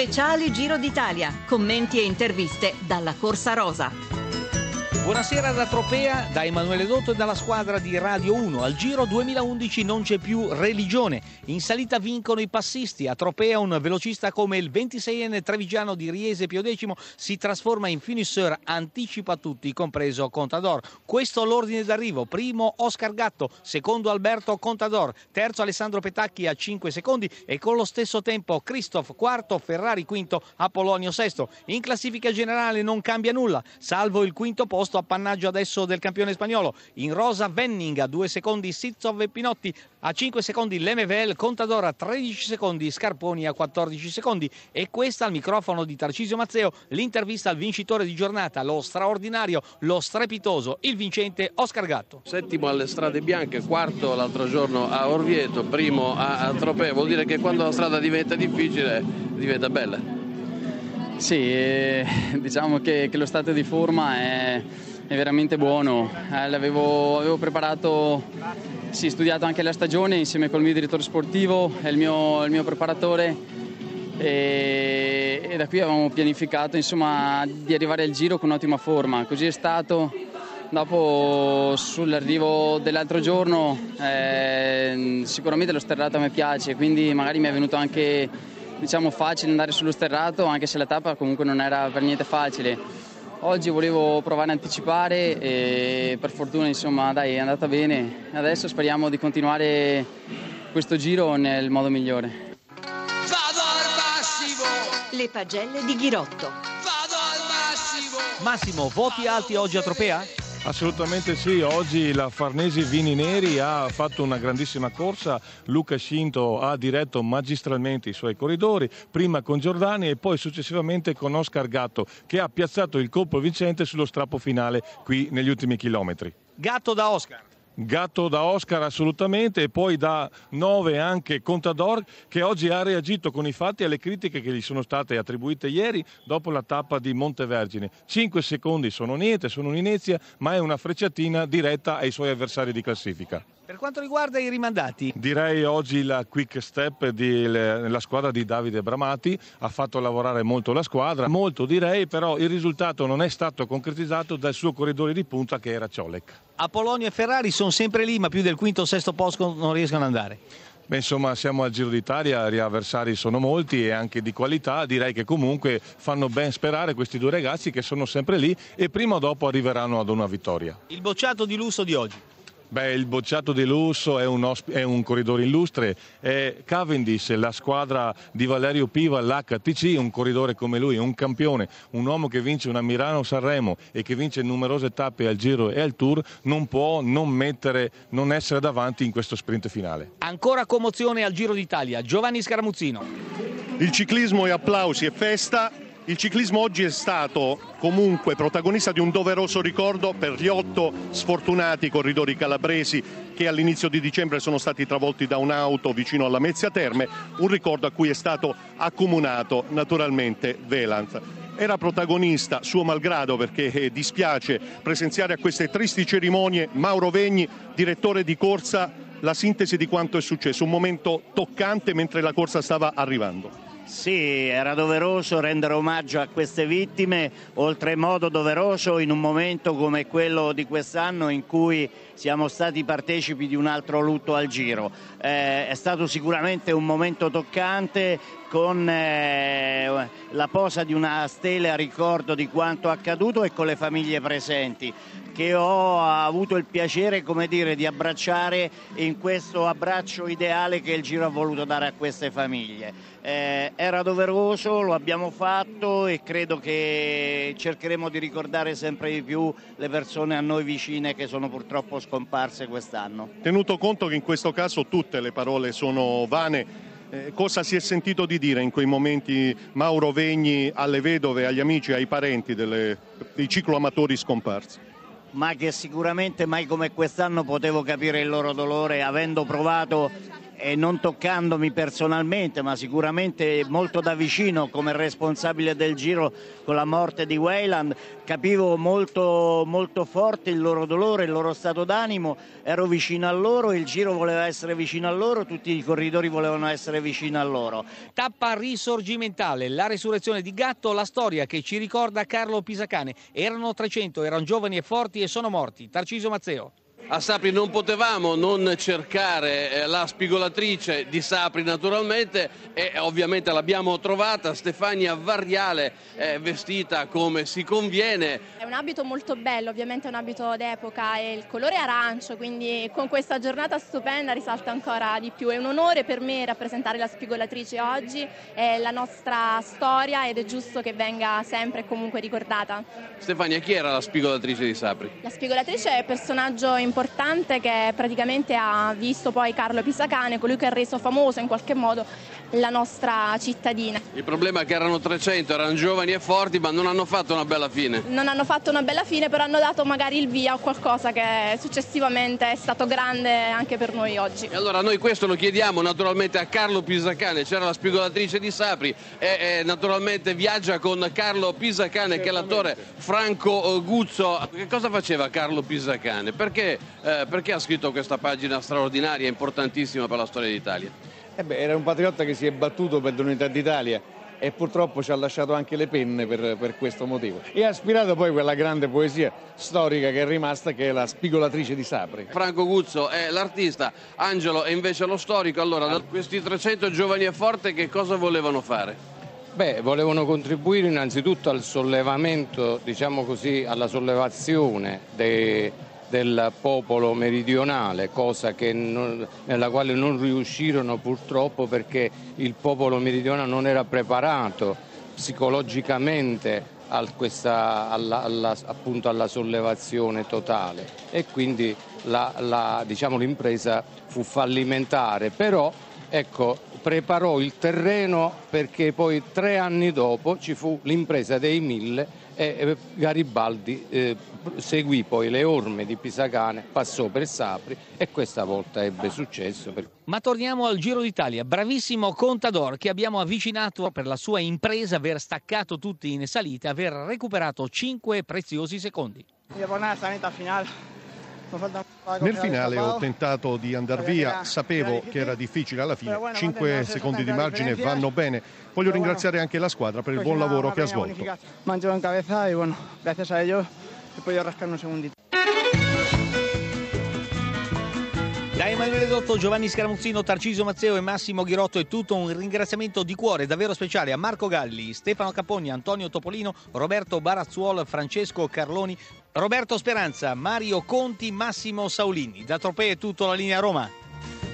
Speciale Giro d'Italia, commenti e interviste dalla Corsa Rosa. Buonasera da Tropea, da Emanuele Dotto e dalla squadra di Radio 1. Al Giro 2011 non c'è più religione. In salita vincono i passisti. A Tropea un velocista come il 26enne trevigiano di Riese Pio X si trasforma in finisseur, anticipa tutti, compreso Contador. Questo l'ordine d'arrivo. Primo Oscar Gatto, secondo Alberto Contador, terzo Alessandro Petacchi a 5 secondi e con lo stesso tempo Christoph quarto, Ferrari quinto, Apollonio sesto. In classifica generale non cambia nulla, salvo il quinto posto appannaggio adesso del campione spagnolo. In rosa Venning a 2 secondi, Sitzov e Pinotti a 5 secondi, Lemevel, Contador a 13 secondi, Scarponi a 14 secondi. E questa al microfono di Tarcisio Mazzeo l'intervista al vincitore di giornata, lo straordinario, lo strepitoso, il vincente Oscar Gatto. Settimo alle Strade Bianche, quarto l'altro giorno a Orvieto, primo a Tropea. Vuol dire che quando la strada diventa difficile diventa bella. Sì, diciamo che lo stato di forma è veramente buono. L'avevo preparato, sì, studiato anche la stagione insieme col mio direttore sportivo e il mio preparatore e da qui avevamo pianificato, insomma, di arrivare al Giro con un'ottima forma. Così è stato. Dopo, sull'arrivo dell'altro giorno, sicuramente lo sterrato a me piace, quindi magari mi è venuto anche, diciamo, facile andare sullo sterrato, anche se la tappa comunque non era per niente facile. Oggi volevo provare a anticipare e per fortuna, insomma, dai, è andata bene. Adesso speriamo di continuare questo giro nel modo migliore. Vado al massimo! Le pagelle di Ghirotto. Vado al massimo! Massimo, voti alti oggi a Tropea? Assolutamente sì, oggi la Farnesi Vini Neri ha fatto una grandissima corsa, Luca Scinto ha diretto magistralmente i suoi corridori, prima con Giordani e poi successivamente con Oscar Gatto, che ha piazzato il colpo vincente sullo strappo finale qui negli ultimi chilometri. Gatto da Oscar. Gatto da Oscar assolutamente, e poi da 9 anche Contador, che oggi ha reagito con i fatti alle critiche che gli sono state attribuite ieri dopo la tappa di Montevergine. 5 secondi sono niente, sono un'inezia, ma è una frecciatina diretta ai suoi avversari di classifica. Per quanto riguarda i rimandati? Direi oggi la quick step della squadra di Davide Bramati ha fatto lavorare molto la squadra, molto direi, però il risultato non è stato concretizzato dal suo corridore di punta che era Ciolek. Apollonio e Ferrari sono sempre lì, ma più del quinto o sesto posto non riescono ad andare. Beh, insomma, siamo al Giro d'Italia, gli avversari sono molti e anche di qualità, direi che comunque fanno ben sperare questi due ragazzi che sono sempre lì e prima o dopo arriveranno ad una vittoria. Il bocciato di lusso di oggi? Beh, il bocciato di lusso è un corridore illustre, è Cavendish, la squadra di Valerio Piva, l'HTC, un corridore come lui, un campione, un uomo che vince una Milano-Sanremo e che vince numerose tappe al Giro e al Tour, non può non essere davanti in questo sprint finale. Ancora commozione al Giro d'Italia, Giovanni Scaramuzzino. Il ciclismo è applausi e festa. Il ciclismo oggi è stato comunque protagonista di un doveroso ricordo per gli 8 sfortunati corridori calabresi che all'inizio di dicembre sono stati travolti da un'auto vicino alla Mezzia Terme, un ricordo a cui è stato accomunato naturalmente Velant. Era protagonista, suo malgrado, perché dispiace presenziare a queste tristi cerimonie, Mauro Vegni, direttore di corsa, la sintesi di quanto è successo, un momento toccante mentre la corsa stava arrivando. Sì, era doveroso rendere omaggio a queste vittime, oltremodo doveroso in un momento come quello di quest'anno in cui siamo stati partecipi di un altro lutto al Giro. È stato sicuramente un momento toccante con la posa di una stele a ricordo di quanto accaduto e con le famiglie presenti, che ho avuto il piacere, come dire, di abbracciare in questo abbraccio ideale che il Giro ha voluto dare a queste famiglie. Era doveroso, lo abbiamo fatto e credo che cercheremo di ricordare sempre di più le persone a noi vicine che sono purtroppo scomparse quest'anno. Tenuto conto che in questo caso tutte le parole sono vane, cosa si è sentito di dire in quei momenti Mauro Vegni alle vedove, agli amici, ai parenti dei cicloamatori scomparsi? Ma che sicuramente mai come quest'anno potevo capire il loro dolore, avendo provato e non toccandomi personalmente, ma sicuramente molto da vicino come responsabile del Giro con la morte di Wayland, capivo molto, molto forte il loro dolore, il loro stato d'animo, ero vicino a loro, il Giro voleva essere vicino a loro, tutti i corridori volevano essere vicino a loro. Tappa risorgimentale, la resurrezione di Gatto, la storia che ci ricorda Carlo Pisacane. Erano 300, erano giovani e forti e sono morti. Tarcisio Mazzeo. A Sapri non potevamo non cercare la spigolatrice di Sapri naturalmente, e ovviamente l'abbiamo trovata, Stefania Varriale, vestita come si conviene. È un abito molto bello, ovviamente è un abito d'epoca e il colore è arancio, quindi con questa giornata stupenda risalta ancora di più. È un onore per me rappresentare la spigolatrice oggi, è la nostra storia ed è giusto che venga sempre e comunque ricordata. Stefania, chi era la spigolatrice di Sapri? La spigolatrice è un personaggio importante che praticamente ha visto poi Carlo Pisacane, colui che ha reso famoso in qualche modo la nostra cittadina. Il problema è che erano 300, erano giovani e forti, ma non hanno fatto una bella fine. Non hanno fatto una bella fine, però hanno dato magari il via a qualcosa che successivamente è stato grande anche per noi oggi. E allora noi questo lo chiediamo naturalmente a Carlo Pisacane, c'era la spigolatrice di Sapri e naturalmente viaggia con Carlo Pisacane che è l'attore Franco Guzzo. Che cosa faceva Carlo Pisacane? Perché ha scritto questa pagina straordinaria, importantissima per la storia d'Italia? Era un patriotta che si è battuto per l'unità d'Italia e purtroppo ci ha lasciato anche le penne per questo motivo. E ha ispirato poi quella grande poesia storica che è rimasta, che è la spigolatrice di Sapri. Franco Guzzo è l'artista, Angelo è invece lo storico. Allora, questi 300 giovani e forti che cosa volevano fare? Volevano contribuire innanzitutto al sollevamento, diciamo così, alla sollevazione del popolo meridionale, cosa nella quale non riuscirono purtroppo perché il popolo meridionale non era preparato psicologicamente appunto alla sollevazione totale e quindi l'impresa fu fallimentare, però preparò il terreno perché poi 3 anni dopo ci fu l'impresa dei 1000 e Garibaldi seguì poi le orme di Pisacane, passò per Sapri e questa volta ebbe successo. Ma torniamo al Giro d'Italia, bravissimo Contador che abbiamo avvicinato per la sua impresa, aver staccato tutti in salita, aver recuperato 5 preziosi secondi. Nel finale ho tentato di andare via, sapevo che era difficile alla fine, 5 secondi di margine vanno bene. Voglio ringraziare anche la squadra per il buon lavoro che ha svolto. Mangio in cabeza e grazie a ellos he podido rascar un segundito. Da Emanuele Dotto, Giovanni Scaramuzzino, Tarcisio Mazzeo e Massimo Ghirotto è tutto un ringraziamento di cuore davvero speciale a Marco Galli, Stefano Capogna, Antonio Topolino, Roberto Barazzuolo, Francesco Carloni, Roberto Speranza, Mario Conti, Massimo Saulini. Da Tropea è tutto, la linea Roma.